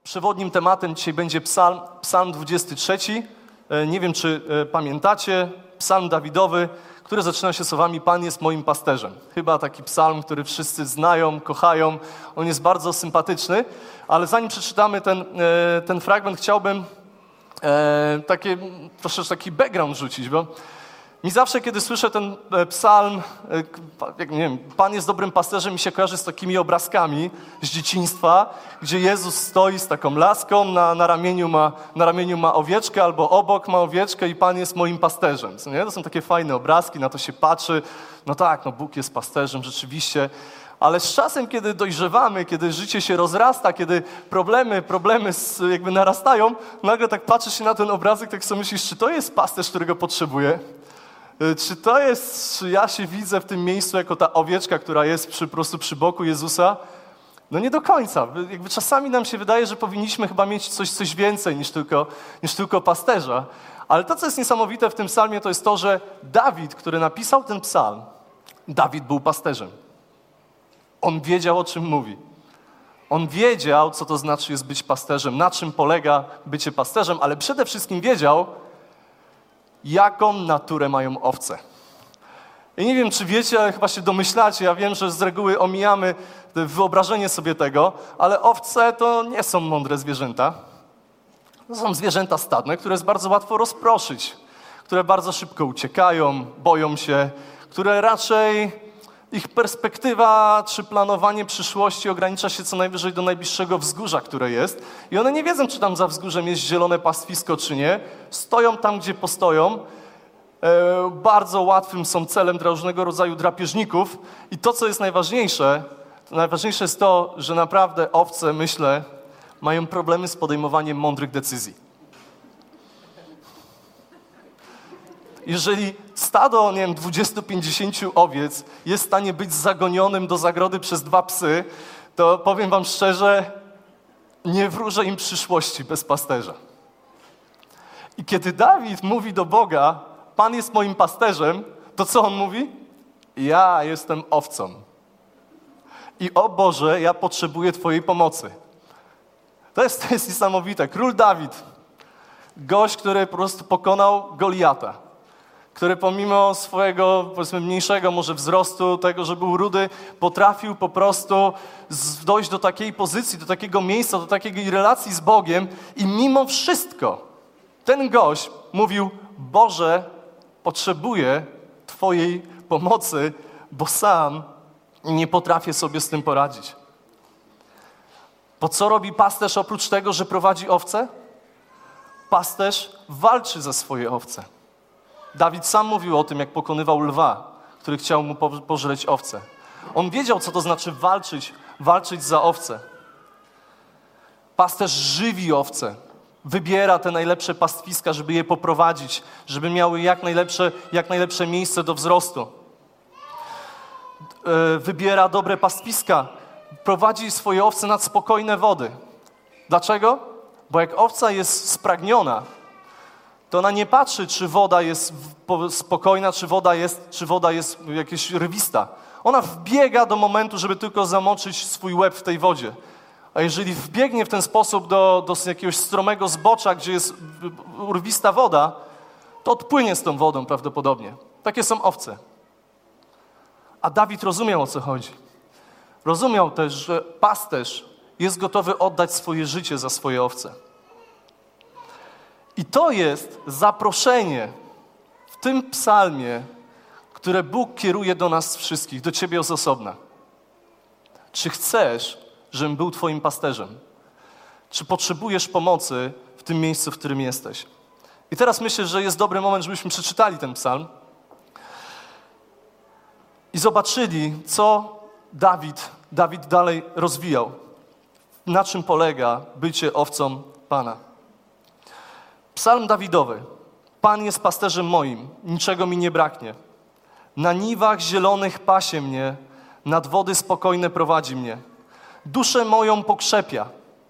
Przewodnim tematem dzisiaj będzie Psalm 23. Nie wiem, czy pamiętacie, Psalm Dawidowy, który zaczyna się słowami Pan jest moim pasterzem. Chyba taki psalm, który wszyscy znają, kochają. On jest bardzo sympatyczny, ale zanim przeczytamy ten fragment, chciałbym troszeczkę taki background rzucić, bo mi zawsze, kiedy słyszę ten psalm, nie wiem, Pan jest dobrym pasterzem, mi się kojarzy z takimi obrazkami z dzieciństwa, gdzie Jezus stoi z taką laską, na ramieniu ma owieczkę albo obok ma owieczkę i Pan jest moim pasterzem. Co nie? To są takie fajne obrazki, na to się patrzy. No tak, no Bóg jest pasterzem, rzeczywiście. Ale z czasem, kiedy dojrzewamy, kiedy życie się rozrasta, kiedy problemy jakby narastają, nagle tak patrzysz się na ten obrazek, tak sobie myślisz, czy to jest pasterz, którego potrzebuję? Czy ja się widzę w tym miejscu jako ta owieczka, która jest po prostu przy boku Jezusa? No nie do końca. Jakby czasami nam się wydaje, że powinniśmy chyba mieć coś więcej niż tylko pasterza. Ale to, co jest niesamowite w tym psalmie, to jest to, że Dawid, który napisał ten psalm, Dawid był pasterzem. On wiedział, o czym mówi. On wiedział, co to znaczy jest być pasterzem, na czym polega bycie pasterzem, ale przede wszystkim wiedział, jaką naturę mają owce. I nie wiem, czy wiecie, ale chyba się domyślacie. Ja wiem, że z reguły omijamy wyobrażenie sobie tego, ale owce to nie są mądre zwierzęta. To są zwierzęta stadne, które jest bardzo łatwo rozproszyć, które bardzo szybko uciekają, boją się, które raczej ich perspektywa czy planowanie przyszłości ogranicza się co najwyżej do najbliższego wzgórza, które jest. I one nie wiedzą, czy tam za wzgórzem jest zielone pastwisko, czy nie. Stoją tam, gdzie postoją. Bardzo łatwym są celem dla różnego rodzaju drapieżników. I to, co jest najważniejsze jest to, że naprawdę owce, myślę, mają problemy z podejmowaniem mądrych decyzji. Jeżeli stado, 20-50 owiec jest w stanie być zagonionym do zagrody przez 2 psy, to powiem wam szczerze, nie wróżę im przyszłości bez pasterza. I kiedy Dawid mówi do Boga, Pan jest moim pasterzem, to co on mówi? Ja jestem owcą. I o Boże, ja potrzebuję Twojej pomocy. To jest niesamowite. Król Dawid, gość, który po prostu pokonał Goliata, który pomimo swojego, powiedzmy, mniejszego może wzrostu, tego, że był rudy, potrafił po prostu dojść do takiej pozycji, do takiego miejsca, do takiej relacji z Bogiem i mimo wszystko ten gość mówił, Boże, potrzebuję Twojej pomocy, bo sam nie potrafię sobie z tym poradzić. Bo co robi pasterz oprócz tego, że prowadzi owce? Pasterz walczy za swoje owce. Dawid sam mówił o tym, jak pokonywał lwa, który chciał mu pożreć owce. On wiedział, co to znaczy walczyć za owce. Pasterz żywi owce. Wybiera te najlepsze pastwiska, żeby je poprowadzić, żeby miały jak najlepsze miejsce do wzrostu. Wybiera dobre pastwiska. Prowadzi swoje owce nad spokojne wody. Dlaczego? Bo jak owca jest spragniona, to ona nie patrzy, czy woda jest spokojna, czy woda jest jakaś rwista. Ona wbiega do momentu, żeby tylko zamoczyć swój łeb w tej wodzie. A jeżeli wbiegnie w ten sposób do jakiegoś stromego zbocza, gdzie jest urwista woda, to odpłynie z tą wodą prawdopodobnie. Takie są owce. A Dawid rozumiał, o co chodzi. Rozumiał też, że pasterz jest gotowy oddać swoje życie za swoje owce. I to jest zaproszenie w tym psalmie, które Bóg kieruje do nas wszystkich, do ciebie z osobna. Czy chcesz, żebym był twoim pasterzem? Czy potrzebujesz pomocy w tym miejscu, w którym jesteś? I teraz myślę, że jest dobry moment, żebyśmy przeczytali ten psalm i zobaczyli, co Dawid dalej rozwijał. Na czym polega bycie owcą Pana. Psalm Dawidowy. Pan jest pasterzem moim, niczego mi nie braknie. Na niwach zielonych pasie mnie, nad wody spokojne prowadzi mnie. Duszę moją pokrzepia.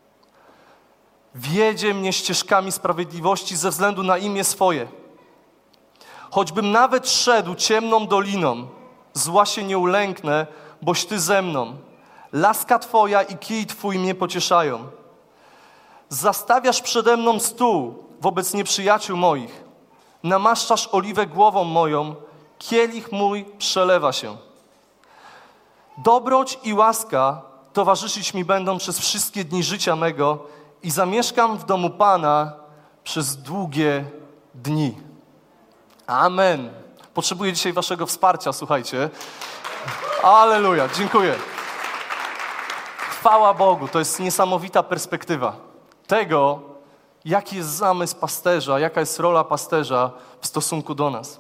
Wiedzie mnie ścieżkami sprawiedliwości ze względu na imię swoje. Choćbym nawet szedł ciemną doliną, zła się nie ulęknę, boś Ty ze mną. Laska Twoja i kij Twój mnie pocieszają. Zastawiasz przede mną stół wobec nieprzyjaciół moich. Namaszczasz oliwę głową moją, kielich mój przelewa się. Dobroć i łaska towarzyszyć mi będą przez wszystkie dni życia mego i zamieszkam w domu Pana przez długie dni. Amen. Potrzebuję dzisiaj waszego wsparcia, słuchajcie. Alleluja, dziękuję. Chwała Bogu, to jest niesamowita perspektywa tego, jaki jest zamysł pasterza, jaka jest rola pasterza w stosunku do nas.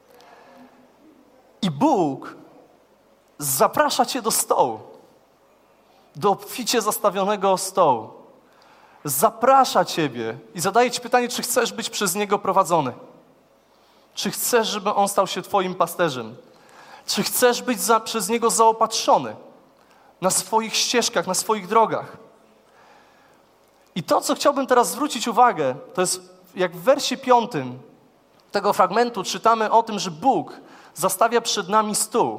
I Bóg zaprasza cię do stołu, do obficie zastawionego stołu. Zaprasza ciebie i zadaje ci pytanie, czy chcesz być przez Niego prowadzony. Czy chcesz, żeby On stał się twoim pasterzem? Czy chcesz być przez Niego zaopatrzony na swoich ścieżkach, na swoich drogach? I to, co chciałbym teraz zwrócić uwagę, to jest jak w wersie 5 tego fragmentu czytamy o tym, że Bóg zastawia przed nami stół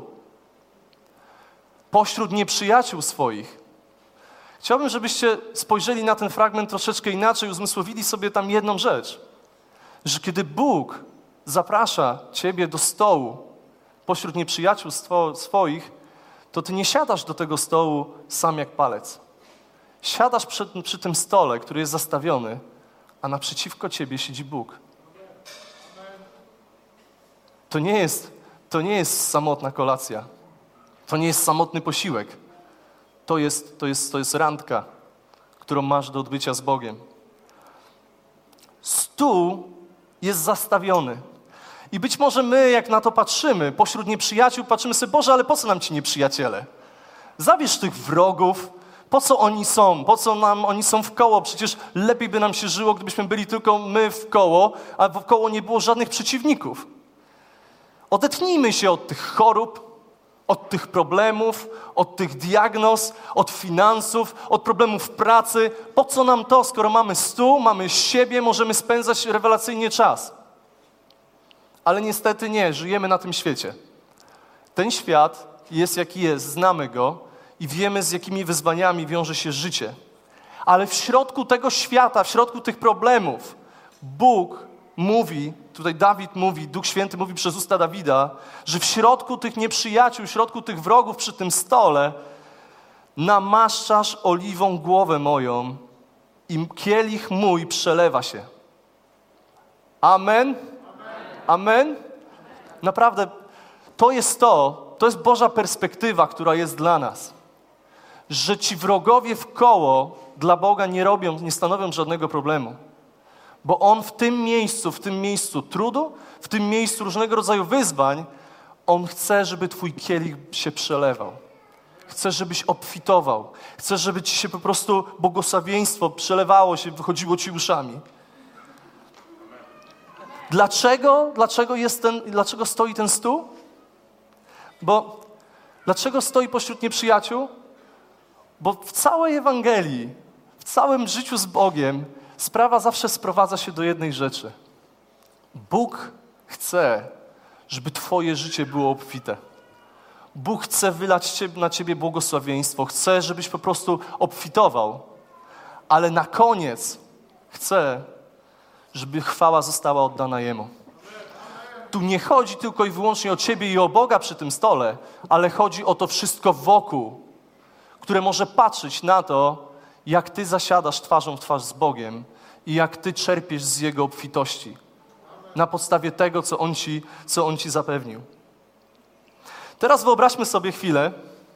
pośród nieprzyjaciół swoich. Chciałbym, żebyście spojrzeli na ten fragment troszeczkę inaczej, uzmysłowili sobie tam jedną rzecz, że kiedy Bóg zaprasza ciebie do stołu pośród nieprzyjaciół swoich, to ty nie siadasz do tego stołu sam jak palec. Siadasz przy tym stole, który jest zastawiony, a naprzeciwko ciebie siedzi Bóg. To nie jest samotna kolacja. To nie jest samotny posiłek. To jest randka, którą masz do odbycia z Bogiem. Stół jest zastawiony. I być może my, jak na to patrzymy, pośród nieprzyjaciół, patrzymy sobie, Boże, ale po co nam ci nieprzyjaciele? Zabierz tych wrogów, po co oni są? Po co nam oni są w koło? Przecież lepiej by nam się żyło, gdybyśmy byli tylko my w koło, a w koło nie było żadnych przeciwników. Odetnijmy się od tych chorób, od tych problemów, od tych diagnoz, od finansów, od problemów pracy. Po co nam to, skoro mamy stół, mamy siebie, możemy spędzać rewelacyjnie czas? Ale niestety nie, żyjemy na tym świecie. Ten świat jest jaki jest, znamy go i wiemy, z jakimi wyzwaniami wiąże się życie. Ale w środku tego świata, w środku tych problemów, Bóg mówi, tutaj Dawid mówi, Duch Święty mówi przez usta Dawida, że w środku tych nieprzyjaciół, w środku tych wrogów przy tym stole namaszczasz oliwą głowę moją i kielich mój przelewa się. Amen? Amen? Naprawdę, to jest Boża perspektywa, która jest dla nas. Że ci wrogowie w koło dla Boga nie stanowią żadnego problemu. Bo On w tym miejscu trudu, w tym miejscu różnego rodzaju wyzwań, On chce, żeby twój kielich się przelewał. Chce, żebyś obfitował. Chce, żeby ci się po prostu błogosławieństwo przelewało się, wychodziło ci uszami. Dlaczego stoi ten stół? Bo dlaczego stoi pośród nieprzyjaciół? Bo w całej Ewangelii, w całym życiu z Bogiem sprawa zawsze sprowadza się do jednej rzeczy. Bóg chce, żeby twoje życie było obfite. Bóg chce wylać na ciebie błogosławieństwo. Chce, żebyś po prostu obfitował. Ale na koniec chce, żeby chwała została oddana Jemu. Tu nie chodzi tylko i wyłącznie o ciebie i o Boga przy tym stole, ale chodzi o to wszystko wokół, które może patrzeć na to, jak ty zasiadasz twarzą w twarz z Bogiem i jak ty czerpiesz z Jego obfitości na podstawie tego, co On ci zapewnił. Teraz wyobraźmy sobie chwilę,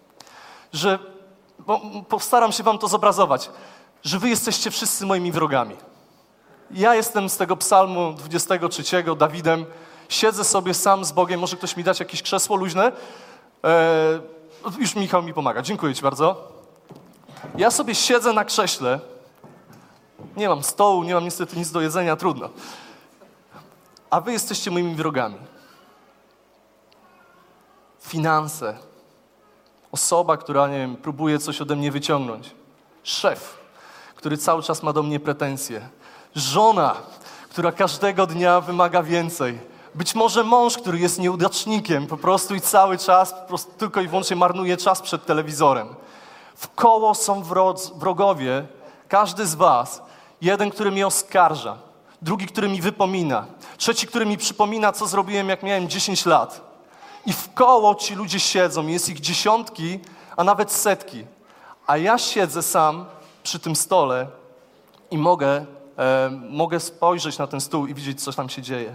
postaram się wam to zobrazować, że wy jesteście wszyscy moimi wrogami. Ja jestem z tego psalmu 23, Dawidem, siedzę sobie sam z Bogiem, może ktoś mi dać jakieś krzesło luźne? Już Michał mi pomaga, dziękuję ci bardzo. Ja sobie siedzę na krześle, nie mam stołu, nie mam niestety nic do jedzenia, trudno. A wy jesteście moimi wrogami. Finanse. Osoba, która, nie wiem, próbuje coś ode mnie wyciągnąć. Szef, który cały czas ma do mnie pretensje. Żona, która każdego dnia wymaga więcej. Być może mąż, który jest nieudacznikiem po prostu i cały czas po prostu tylko i wyłącznie marnuje czas przed telewizorem. W koło są wrogowie, każdy z was Jeden, który mnie oskarża. Drugi, który mi wypomina. Trzeci, który mi przypomina, co zrobiłem, jak miałem 10 lat. I wkoło ci ludzie siedzą. Jest ich dziesiątki, a nawet setki. A ja siedzę sam przy tym stole i mogę spojrzeć na ten stół i widzieć, co tam się dzieje.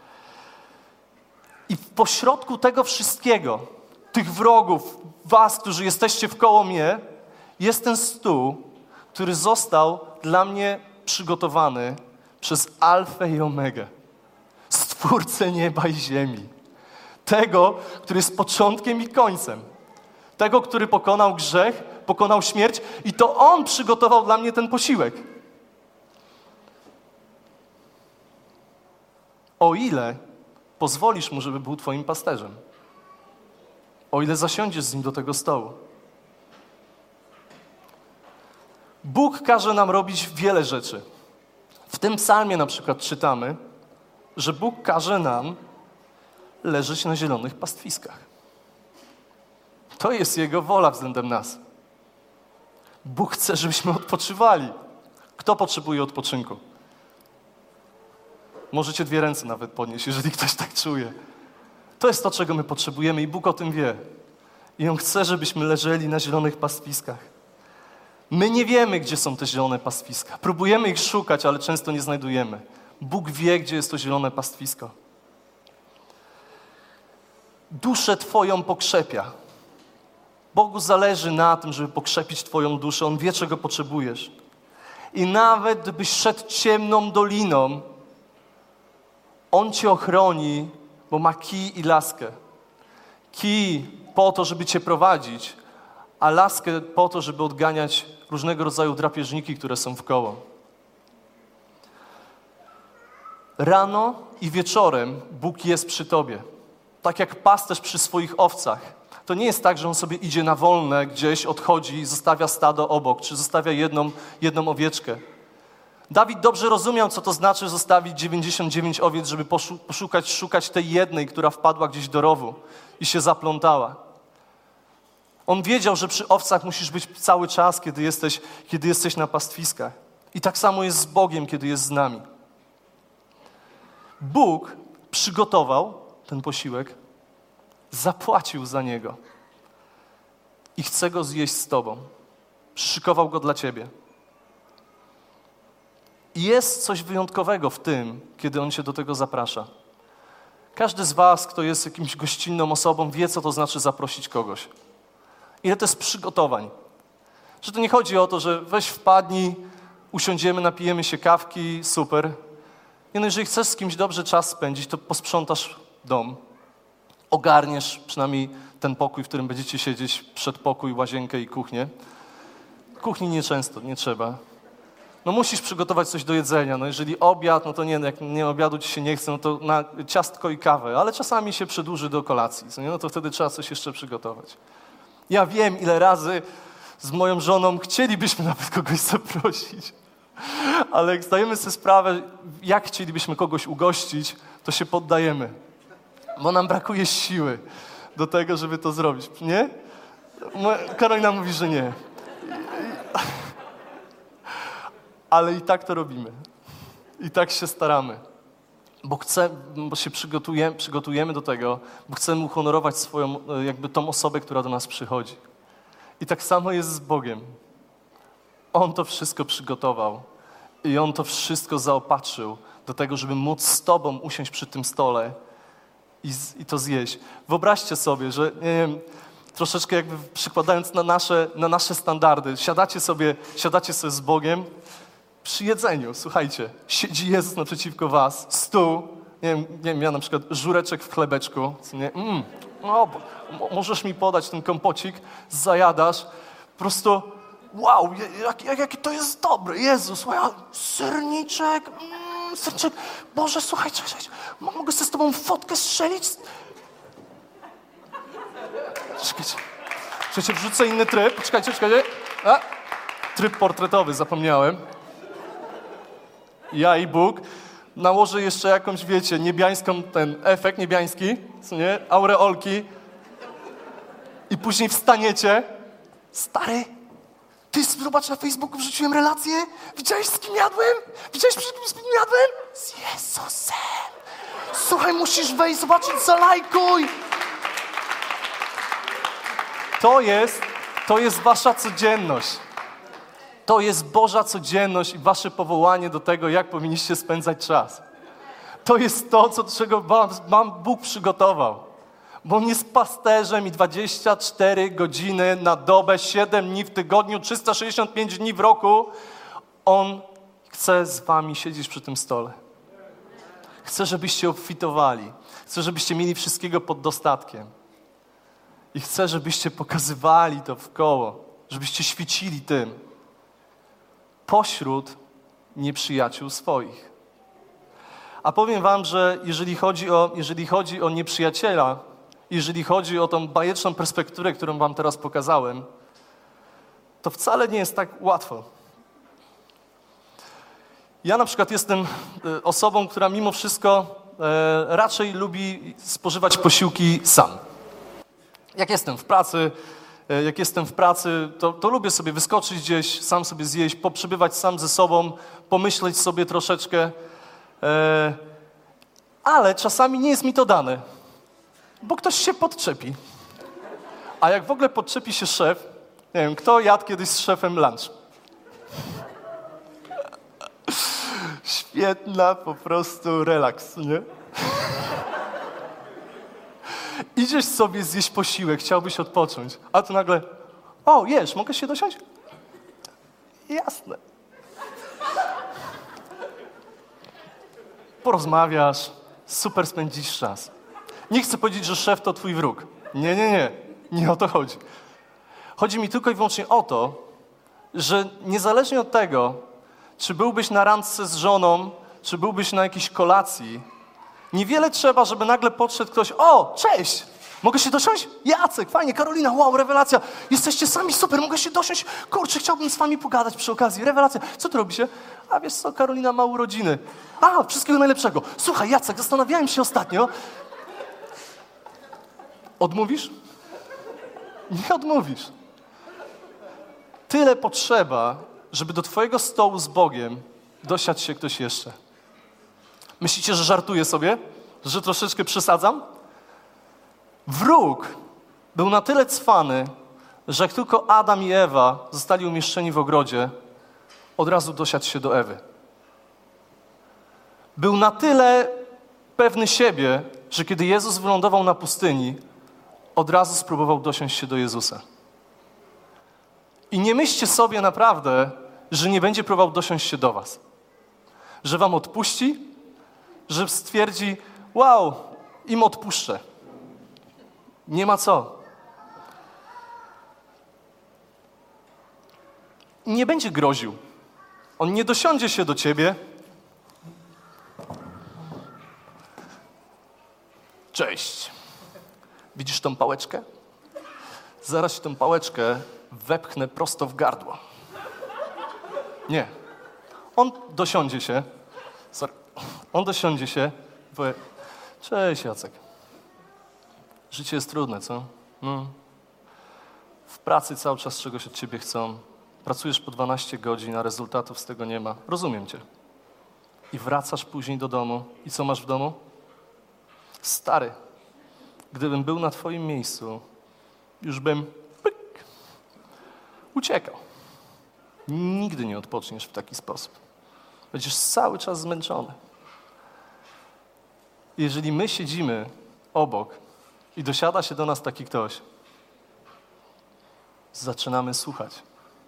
I pośrodku tego wszystkiego, tych wrogów, was, którzy jesteście wkoło mnie, jest ten stół, który został dla mnie przygotowany przez Alfę i Omegę, Stwórcę nieba i ziemi. Tego, który jest początkiem i końcem. Tego, który pokonał grzech, pokonał śmierć i to On przygotował dla mnie ten posiłek. O ile pozwolisz Mu, żeby był Twoim pasterzem. O ile zasiądziesz z Nim do tego stołu. Bóg każe nam robić wiele rzeczy. W tym psalmie na przykład czytamy, że Bóg każe nam leżeć na zielonych pastwiskach. To jest Jego wola względem nas. Bóg chce, żebyśmy odpoczywali. Kto potrzebuje odpoczynku? Możecie 2 ręce nawet podnieść, jeżeli ktoś tak czuje. To jest to, czego my potrzebujemy i Bóg o tym wie. I On chce, żebyśmy leżeli na zielonych pastwiskach. My nie wiemy, gdzie są te zielone pastwiska. Próbujemy ich szukać, ale często nie znajdujemy. Bóg wie, gdzie jest to zielone pastwisko. Duszę Twoją pokrzepia. Bogu zależy na tym, żeby pokrzepić Twoją duszę. On wie, czego potrzebujesz. I nawet gdybyś szedł ciemną doliną, On Cię ochroni, bo ma kij i laskę. Kij po to, żeby Cię prowadzić, a laskę po to, żeby odganiać różnego rodzaju drapieżniki, które są wkoło. Rano i wieczorem Bóg jest przy Tobie. Tak jak pasterz przy swoich owcach. To nie jest tak, że On sobie idzie na wolne, gdzieś odchodzi i zostawia stado obok, czy zostawia jedną owieczkę. Dawid dobrze rozumiał, co to znaczy zostawić 99 owiec, żeby szukać tej jednej, która wpadła gdzieś do rowu i się zaplątała. On wiedział, że przy owcach musisz być cały czas, kiedy jesteś na pastwiskach. I tak samo jest z Bogiem, kiedy jest z nami. Bóg przygotował ten posiłek, zapłacił za niego i chce go zjeść z Tobą. Przyszykował go dla Ciebie. I jest coś wyjątkowego w tym, kiedy On Cię do tego zaprasza. Każdy z was, kto jest jakimś gościnną osobą, wie, co to znaczy zaprosić kogoś. Ile to jest przygotowań. Że to nie chodzi o to, że weź wpadnij, usiądziemy, napijemy się kawki, super. Nie, no jeżeli chcesz z kimś dobrze czas spędzić, to posprzątasz dom. Ogarniesz przynajmniej ten pokój, w którym będziecie siedzieć, przedpokój, łazienkę i kuchnię. Kuchni nieczęsto, nie trzeba. No musisz przygotować coś do jedzenia. No jeżeli obiad, no to nie, jak nie obiadu ci się nie chce, no to na ciastko i kawę. Ale czasami się przedłuży do kolacji. No to wtedy trzeba coś jeszcze przygotować. Ja wiem, ile razy z moją żoną chcielibyśmy nawet kogoś zaprosić. Ale jak zdajemy sobie sprawę, jak chcielibyśmy kogoś ugościć, to się poddajemy. Bo nam brakuje siły do tego, żeby to zrobić. Nie? Karolina mówi, że nie. Ale i tak to robimy. I tak się staramy. Bo się przygotujemy do tego, bo chcemy uhonorować swoją, jakby tą osobę, która do nas przychodzi. I tak samo jest z Bogiem. On to wszystko przygotował i On to wszystko zaopatrzył do tego, żeby móc z Tobą usiąść przy tym stole i to zjeść. Wyobraźcie sobie, że nie wiem, troszeczkę jakby przykładając na nasze standardy, siadacie sobie z Bogiem przy jedzeniu. Słuchajcie, siedzi Jezus naprzeciwko was, stół, nie wiem, ja na przykład żureczek w chlebeczku, nie, możesz mi podać ten kompocik, zajadasz, po prostu wow, jakie to jest dobre, Jezus, serniczek, serniczek, Boże, słuchaj, mogę sobie z Tobą fotkę strzelić? Czekajcie, wrzucę inny tryb, czekajcie. Tryb portretowy, zapomniałem. Ja i Bóg. Nałożę jeszcze jakąś, wiecie, niebiańską, ten efekt niebiański, co nie? Aureolki. I później wstaniecie. Stary, Ty, zobacz, na Facebooku wrzuciłem relację. Widziałeś, z kim jadłem? Widziałeś, z kim jadłem? Z Jezusem. Słuchaj, musisz wejść, zobaczyć, zalajkuj. To jest wasza codzienność. To jest Boża codzienność i wasze powołanie do tego, jak powinniście spędzać czas. To jest to, czego wam Bóg przygotował. Bo On jest pasterzem i 24 godziny na dobę, 7 dni w tygodniu, 365 dni w roku. On chce z wami siedzieć przy tym stole. Chce, żebyście obfitowali. Chce, żebyście mieli wszystkiego pod dostatkiem. I chce, żebyście pokazywali to w koło. Żebyście świecili tym. Pośród nieprzyjaciół swoich. A powiem wam, że jeżeli chodzi o nieprzyjaciela, jeżeli chodzi o tą bajeczną perspektywę, którą wam teraz pokazałem, to wcale nie jest tak łatwo. Ja na przykład jestem osobą, która mimo wszystko raczej lubi spożywać posiłki sam. Jak jestem w pracy, to lubię sobie wyskoczyć gdzieś, sam sobie zjeść, poprzebywać sam ze sobą, pomyśleć sobie troszeczkę. Ale czasami nie jest mi to dane, bo ktoś się podczepi. A jak w ogóle podczepi się szef, nie wiem, kto jadł kiedyś z szefem lunch? Świetna po prostu relaks, nie? Idziesz sobie zjeść posiłek, chciałbyś odpocząć, a tu nagle, o, jesz, mogę się dosiąść? Jasne. Porozmawiasz, super spędzisz czas. Nie chcę powiedzieć, że szef to twój wróg. Nie o to chodzi. Chodzi mi tylko i wyłącznie o to, że niezależnie od tego, czy byłbyś na randce z żoną, czy byłbyś na jakiejś kolacji, niewiele trzeba, żeby nagle podszedł ktoś, o, cześć, mogę się dosiąść? Jacek, fajnie, Karolina, wow, rewelacja, jesteście sami, super, mogę się dosiąść? Kurczę, chciałbym z wami pogadać przy okazji, rewelacja. Co ty robicie? A wiesz co, Karolina ma urodziny. A, wszystkiego najlepszego. Słuchaj, Jacek, zastanawiałem się ostatnio. Odmówisz? Nie odmówisz. Tyle potrzeba, żeby do twojego stołu z Bogiem dosiadł się ktoś jeszcze. Myślicie, że żartuję sobie? Że troszeczkę przesadzam? Wróg był na tyle cwany, że jak tylko Adam i Ewa zostali umieszczeni w ogrodzie, od razu dosiadł się do Ewy. Był na tyle pewny siebie, że kiedy Jezus wylądował na pustyni, od razu spróbował dosiąść się do Jezusa. I nie myślcie sobie naprawdę, że nie będzie próbował dosiąść się do was. Że wam odpuści, że stwierdzi, wow, im odpuszczę. Nie ma co. Nie będzie groził. On nie dosiądzie się do ciebie. Cześć. Widzisz tą pałeczkę? Zaraz ci tą pałeczkę wepchnę prosto w gardło. Nie. On dosiądzie się. Powie, cześć Jacek. Życie jest trudne, co? No. W pracy cały czas czegoś od ciebie chcą. Pracujesz po 12 godzin, a rezultatów z tego nie ma. Rozumiem cię. I wracasz później do domu. I co masz w domu? Stary, gdybym był na twoim miejscu, już bym uciekał. Nigdy nie odpoczniesz w taki sposób. Będziesz cały czas zmęczony. Jeżeli my siedzimy obok i dosiada się do nas taki ktoś, zaczynamy słuchać.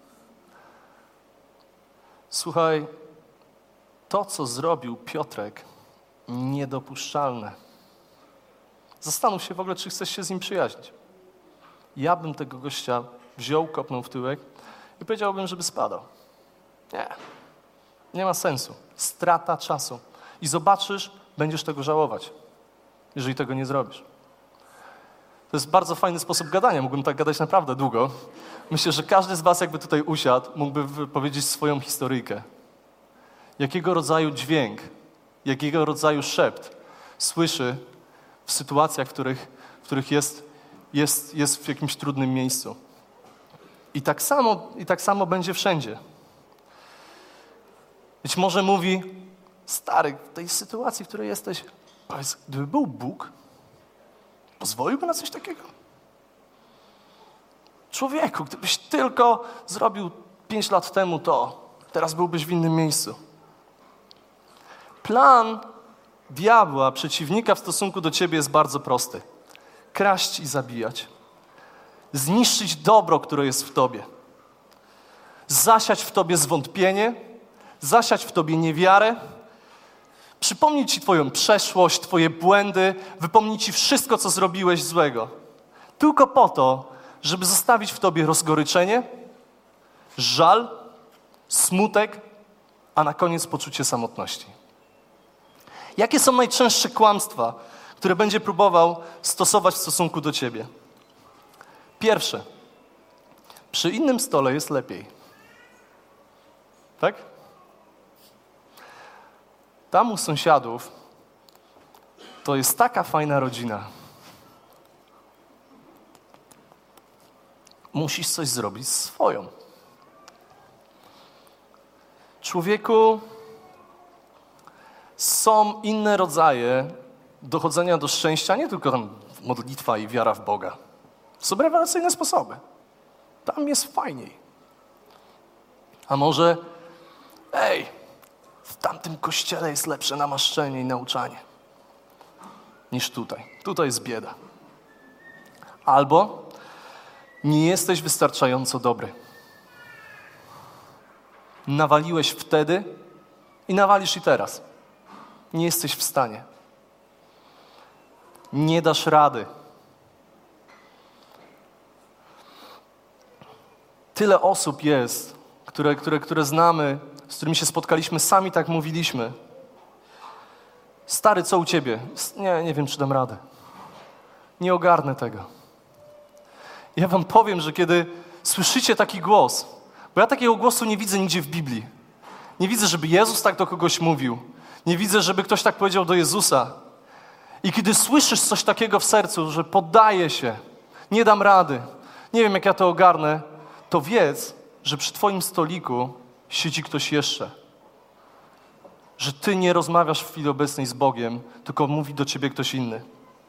Słuchaj, to, co zrobił Piotrek, niedopuszczalne. Zastanów się w ogóle, czy chcesz się z nim przyjaźnić. Ja bym tego gościa wziął, kopnął w tyłek i powiedziałbym, żeby spadał. Nie ma sensu. Strata czasu. I zobaczysz, będziesz tego żałować, jeżeli tego nie zrobisz. To jest bardzo fajny sposób gadania. Mógłbym tak gadać naprawdę długo. Myślę, że każdy z was, jakby tutaj usiadł, mógłby powiedzieć swoją historyjkę. Jakiego rodzaju dźwięk, jakiego rodzaju szept słyszy w sytuacjach, w których jest w jakimś trudnym miejscu. I tak samo będzie wszędzie. Być może mówi, stary, w tej sytuacji, w której jesteś, powiedz, gdyby był Bóg, pozwoliłby na coś takiego? Człowieku, gdybyś tylko zrobił 5 lat temu to, teraz byłbyś w innym miejscu. Plan diabła, przeciwnika w stosunku do ciebie jest bardzo prosty. Kraść i zabijać. Zniszczyć dobro, które jest w tobie. Zasiać w tobie zwątpienie, zasiać w tobie niewiarę, przypomnieć ci twoją przeszłość, twoje błędy, wypomnieć ci wszystko, co zrobiłeś złego. Tylko po to, żeby zostawić w tobie rozgoryczenie, żal, smutek, a na koniec poczucie samotności. Jakie są najczęstsze kłamstwa, które będzie próbował stosować w stosunku do ciebie? Pierwsze. Przy innym stole jest lepiej. Tak? Tam u sąsiadów to jest taka fajna rodzina. Musisz coś zrobić swoją. Człowieku, są inne rodzaje dochodzenia do szczęścia, nie tylko tam modlitwa i wiara w Boga. Są rewelacyjne sposoby. Tam jest fajniej. A może, w tamtym kościele jest lepsze namaszczenie i nauczanie niż tutaj. Tutaj jest bieda. Albo nie jesteś wystarczająco dobry. Nawaliłeś wtedy i nawalisz i teraz. Nie jesteś w stanie. Nie dasz rady. Tyle osób jest, które znamy, z którymi się spotkaliśmy, sami tak mówiliśmy. Stary, co u ciebie? Nie wiem, czy dam radę. Nie ogarnę tego. Ja wam powiem, że kiedy słyszycie taki głos, bo ja takiego głosu nie widzę nigdzie w Biblii. Nie widzę, żeby Jezus tak do kogoś mówił. Nie widzę, żeby ktoś tak powiedział do Jezusa. I kiedy słyszysz coś takiego w sercu, że poddaję się, nie dam rady, nie wiem, jak ja to ogarnę, to wiedz, że przy twoim stoliku siedzi ktoś jeszcze. Że ty nie rozmawiasz w chwili obecnej z Bogiem, tylko mówi do ciebie ktoś inny.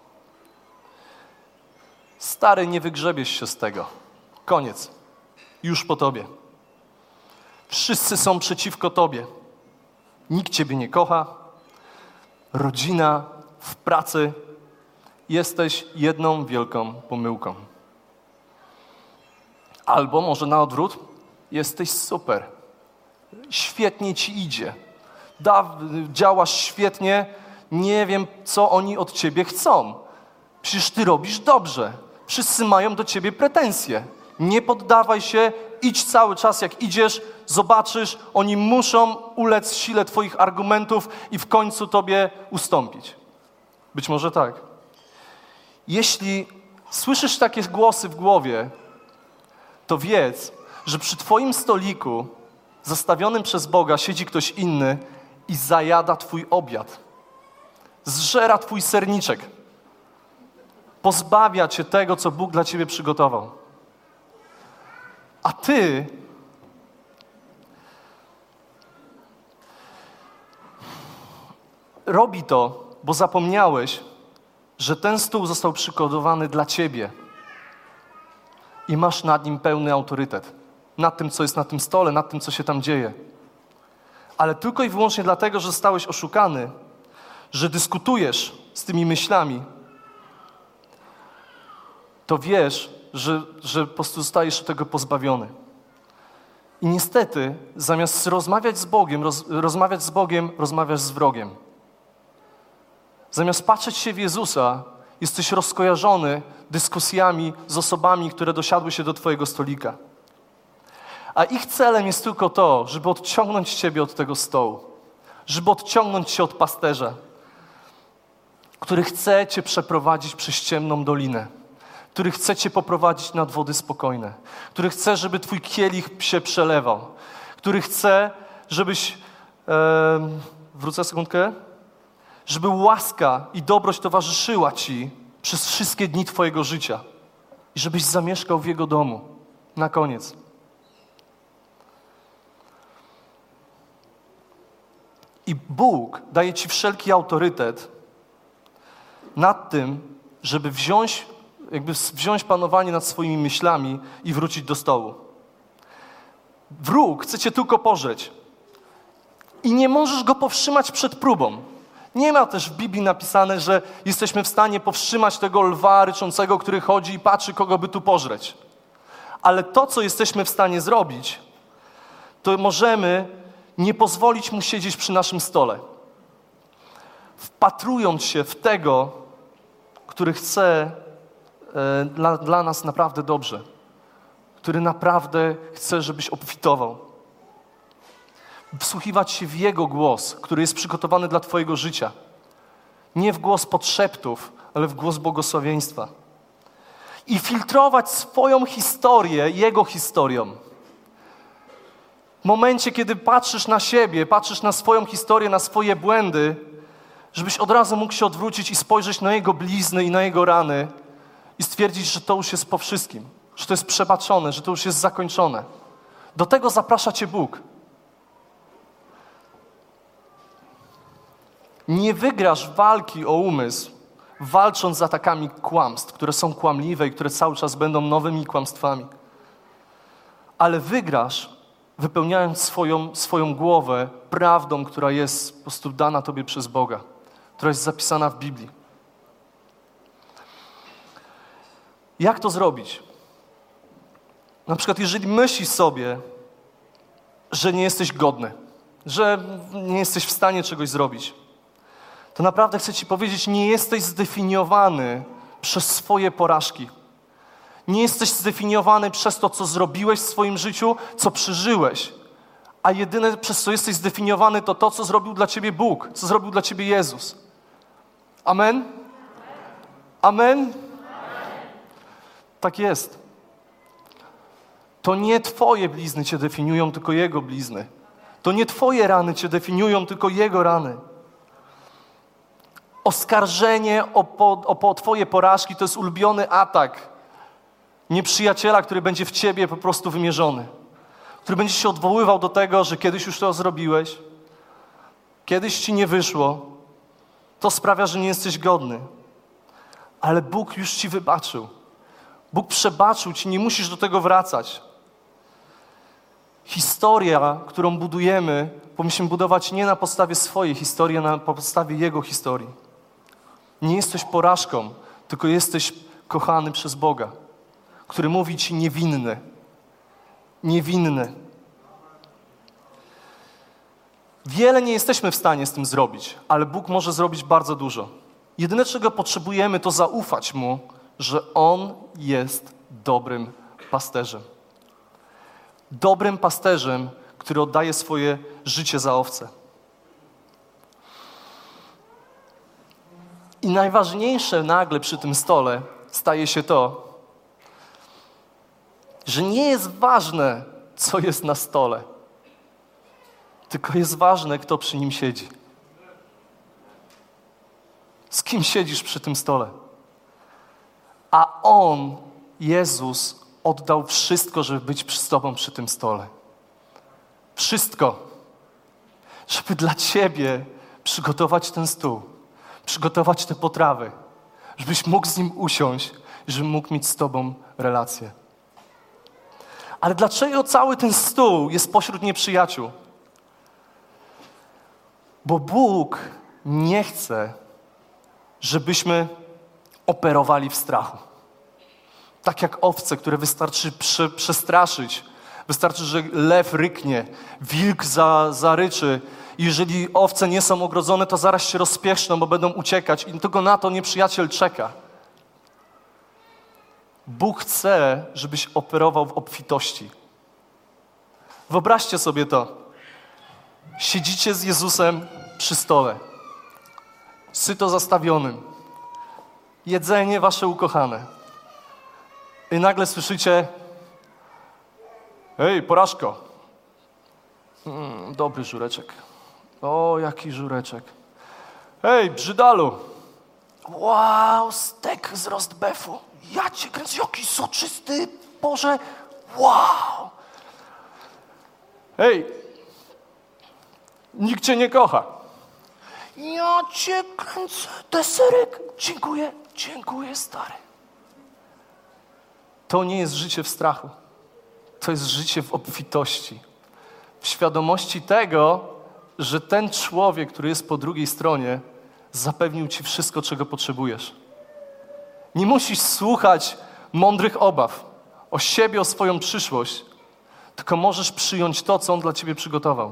Stary, nie wygrzebiesz się z tego. Koniec. Już po tobie. Wszyscy są przeciwko tobie. Nikt ciebie nie kocha. Rodzina, w pracy. Jesteś jedną wielką pomyłką. Albo może na odwrót, jesteś super. Świetnie ci idzie. Działasz świetnie. Nie wiem, co oni od ciebie chcą. Przecież ty robisz dobrze. Wszyscy mają do ciebie pretensje. Nie poddawaj się, idź cały czas jak idziesz, zobaczysz, oni muszą ulec sile twoich argumentów i w końcu tobie ustąpić. Być może tak. Jeśli słyszysz takie głosy w głowie, to wiedz, że przy twoim stoliku zastawionym przez Boga siedzi ktoś inny i zajada twój obiad. Zżera twój serniczek. Pozbawia cię tego, co Bóg dla ciebie przygotował. A ty robi to, bo zapomniałeś, że ten stół został przygotowany dla ciebie i masz nad nim pełny autorytet. Nad tym, co jest na tym stole, nad tym, co się tam dzieje. Ale tylko i wyłącznie dlatego, że zostałeś oszukany, że dyskutujesz z tymi myślami, to wiesz, że po prostu zostajesz tego pozbawiony. I niestety, zamiast rozmawiać z Bogiem, rozmawiasz z wrogiem. Zamiast patrzeć się w Jezusa, jesteś rozkojarzony dyskusjami z osobami, które dosiadły się do twojego stolika. A ich celem jest tylko to, żeby odciągnąć ciebie od tego stołu. Żeby odciągnąć cię od pasterza, który chce cię przeprowadzić przez ciemną dolinę. Który chce cię poprowadzić nad wody spokojne. Który chce, żeby twój kielich się przelewał. Który chce, żebyś... wrócę sekundkę. Żeby łaska i dobroć towarzyszyła ci przez wszystkie dni twojego życia. I żebyś zamieszkał w Jego domu. Na koniec. I Bóg daje ci wszelki autorytet nad tym, żeby wziąć panowanie nad swoimi myślami i wrócić do stołu. Wróg chce cię tylko pożreć. I nie możesz go powstrzymać przed próbą. Nie ma też w Biblii napisane, że jesteśmy w stanie powstrzymać tego lwa ryczącego, który chodzi i patrzy, kogo by tu pożreć. Ale to, co jesteśmy w stanie zrobić, to możemy nie pozwolić mu siedzieć przy naszym stole. Wpatrując się w tego, który chce dla nas naprawdę dobrze. Który naprawdę chce, żebyś obfitował. Wsłuchiwać się w Jego głos, który jest przygotowany dla twojego życia. Nie w głos podszeptów, ale w głos błogosławieństwa. I filtrować swoją historię Jego historią. W momencie, kiedy patrzysz na siebie, patrzysz na swoją historię, na swoje błędy, żebyś od razu mógł się odwrócić i spojrzeć na Jego blizny i na Jego rany i stwierdzić, że to już jest po wszystkim, że to jest przebaczone, że to już jest zakończone. Do tego zaprasza cię Bóg. Nie wygrasz walki o umysł, walcząc z atakami kłamstw, które są kłamliwe i które cały czas będą nowymi kłamstwami. Ale wygrasz, wypełniając swoją głowę prawdą, która jest po prostu dana tobie przez Boga, która jest zapisana w Biblii. Jak to zrobić? Na przykład, jeżeli myślisz sobie, że nie jesteś godny, że nie jesteś w stanie czegoś zrobić, to naprawdę chcę ci powiedzieć, nie jesteś zdefiniowany przez swoje porażki. Nie jesteś zdefiniowany przez to, co zrobiłeś w swoim życiu, co przeżyłeś. A jedyne, przez co jesteś zdefiniowany, to to, co zrobił dla ciebie Bóg, co zrobił dla ciebie Jezus. Amen? Amen? Tak jest. To nie twoje blizny cię definiują, tylko Jego blizny. To nie twoje rany cię definiują, tylko Jego rany. Oskarżenie o twoje porażki to jest ulubiony atak nieprzyjaciela, który będzie w ciebie po prostu wymierzony. Który będzie się odwoływał do tego, że kiedyś już to zrobiłeś, kiedyś ci nie wyszło, to sprawia, że nie jesteś godny. Ale Bóg już ci wybaczył. Bóg przebaczył ci, nie musisz do tego wracać. Historia, którą budujemy, powinniśmy budować nie na podstawie swojej historii, a na podstawie Jego historii. Nie jesteś porażką, tylko jesteś kochany przez Boga, który mówi ci niewinny. Niewinny. Wiele nie jesteśmy w stanie z tym zrobić, ale Bóg może zrobić bardzo dużo. Jedyne, czego potrzebujemy, to zaufać Mu, że On jest dobrym pasterzem. Dobrym pasterzem, który oddaje swoje życie za owce. I najważniejsze nagle przy tym stole staje się to, że nie jest ważne, co jest na stole, tylko jest ważne, kto przy nim siedzi. Z kim siedzisz przy tym stole? A On, Jezus, oddał wszystko, żeby być z tobą przy tym stole. Wszystko. Żeby dla ciebie przygotować ten stół, przygotować te potrawy, żebyś mógł z Nim usiąść i żeby mógł mieć z tobą relację. Ale dlaczego cały ten stół jest pośród nieprzyjaciół? Bo Bóg nie chce, żebyśmy operowali w strachu. Tak jak owce, które wystarczy przestraszyć. Wystarczy, że lew ryknie, wilk zaryczy. I jeżeli owce nie są ogrodzone, to zaraz się rozpieszczą, bo będą uciekać. I tylko na to nieprzyjaciel czeka. Bóg chce, żebyś operował w obfitości. Wyobraźcie sobie to. Siedzicie z Jezusem przy stole. Syto zastawionym. Jedzenie wasze ukochane. I nagle słyszycie: hej, porażko. Dobry żureczek. O, jaki żureczek. Hej, brzydalu. Wow, stek z roast beefu. Ja cię kręcę, jaki soczysty. Boże, wow! Hej, nikt cię nie kocha. Ja cię kręcę, deserek. Dziękuję, stary. To nie jest życie w strachu. To jest życie w obfitości. W świadomości tego, że ten człowiek, który jest po drugiej stronie, zapewnił ci wszystko, czego potrzebujesz. Nie musisz słuchać mądrych obaw o siebie, o swoją przyszłość, tylko możesz przyjąć to, co on dla ciebie przygotował.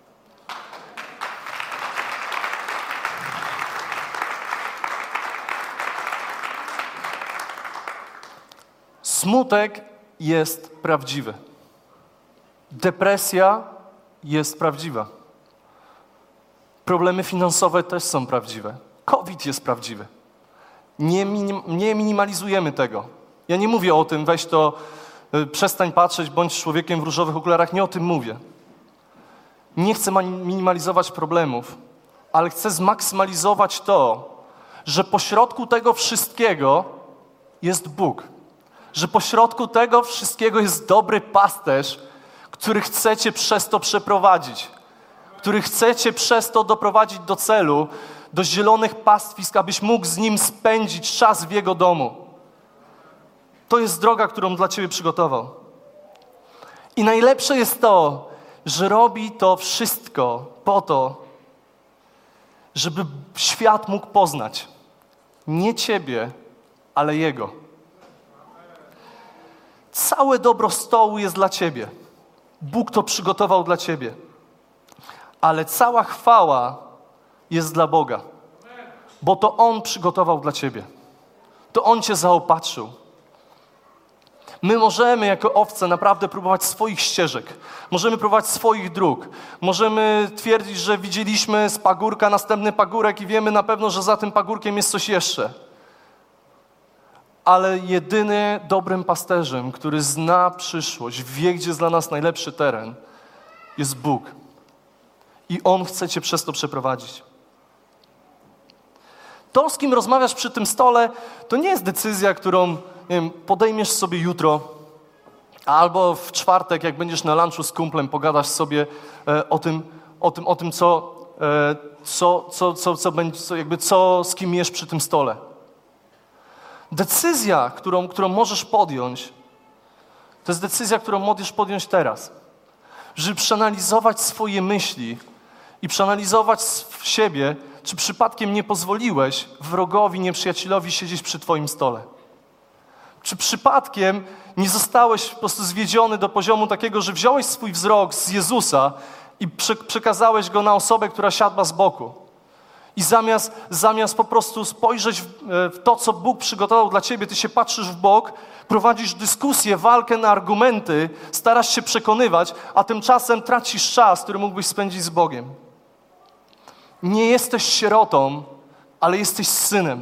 Smutek jest prawdziwy. Depresja jest prawdziwa. Problemy finansowe też są prawdziwe. COVID jest prawdziwy. Nie minimalizujemy tego. Ja nie mówię o tym, weź to, przestań patrzeć, bądź człowiekiem w różowych okularach. Nie o tym mówię. Nie chcę minimalizować problemów, ale chcę zmaksymalizować to, że pośrodku tego wszystkiego jest Bóg. Że pośrodku tego wszystkiego jest dobry pasterz, który chce cię przez to przeprowadzić. Który chce cię przez to doprowadzić do celu, do zielonych pastwisk, abyś mógł z nim spędzić czas w jego domu. To jest droga, którą dla ciebie przygotował. I najlepsze jest to, że robi to wszystko po to, żeby świat mógł poznać nie ciebie, ale jego. Całe dobro stołu jest dla ciebie. Bóg to przygotował dla ciebie. Ale cała chwała jest dla Boga. Bo to On przygotował dla ciebie. To On cię zaopatrzył. My możemy jako owce naprawdę próbować swoich ścieżek. Możemy próbować swoich dróg. Możemy twierdzić, że widzieliśmy z pagórka następny pagórek i wiemy na pewno, że za tym pagórkiem jest coś jeszcze. Ale jedyny dobrym pasterzem, który zna przyszłość, wie, gdzie jest dla nas najlepszy teren, jest Bóg. I On chce cię przez to przeprowadzić. To, z kim rozmawiasz przy tym stole, to nie jest decyzja, którą nie wiem, podejmiesz sobie jutro, albo w czwartek, jak będziesz na lunchu z kumplem, pogadasz sobie o tym, co z kim jesz przy tym stole. Decyzja, którą możesz podjąć, to jest decyzja, którą możesz podjąć teraz. Żeby przeanalizować swoje myśli i przeanalizować siebie, czy przypadkiem nie pozwoliłeś wrogowi, nieprzyjacielowi siedzieć przy twoim stole. Czy przypadkiem nie zostałeś po prostu zwiedziony do poziomu takiego, że wziąłeś swój wzrok z Jezusa i przekazałeś go na osobę, która siadła z boku. I zamiast po prostu spojrzeć w to, co Bóg przygotował dla ciebie, ty się patrzysz w bok, prowadzisz dyskusję, walkę na argumenty, starasz się przekonywać, a tymczasem tracisz czas, który mógłbyś spędzić z Bogiem. Nie jesteś sierotą, ale jesteś synem.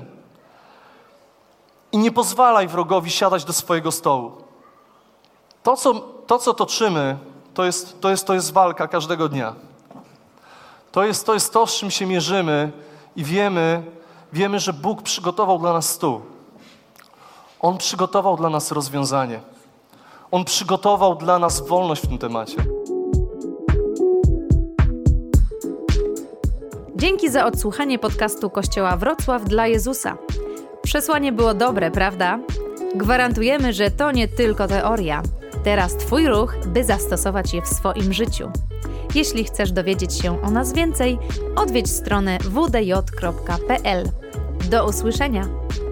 I nie pozwalaj wrogowi siadać do swojego stołu. To, co toczymy, to jest walka każdego dnia. To jest to, z czym się mierzymy i wiemy, że Bóg przygotował dla nas stół. On przygotował dla nas rozwiązanie. On przygotował dla nas wolność w tym temacie. Dzięki za odsłuchanie podcastu Kościoła Wrocław dla Jezusa. Przesłanie było dobre, prawda? Gwarantujemy, że to nie tylko teoria. Teraz Twój ruch, by zastosować je w swoim życiu. Jeśli chcesz dowiedzieć się o nas więcej, odwiedź stronę wdj.pl. Do usłyszenia!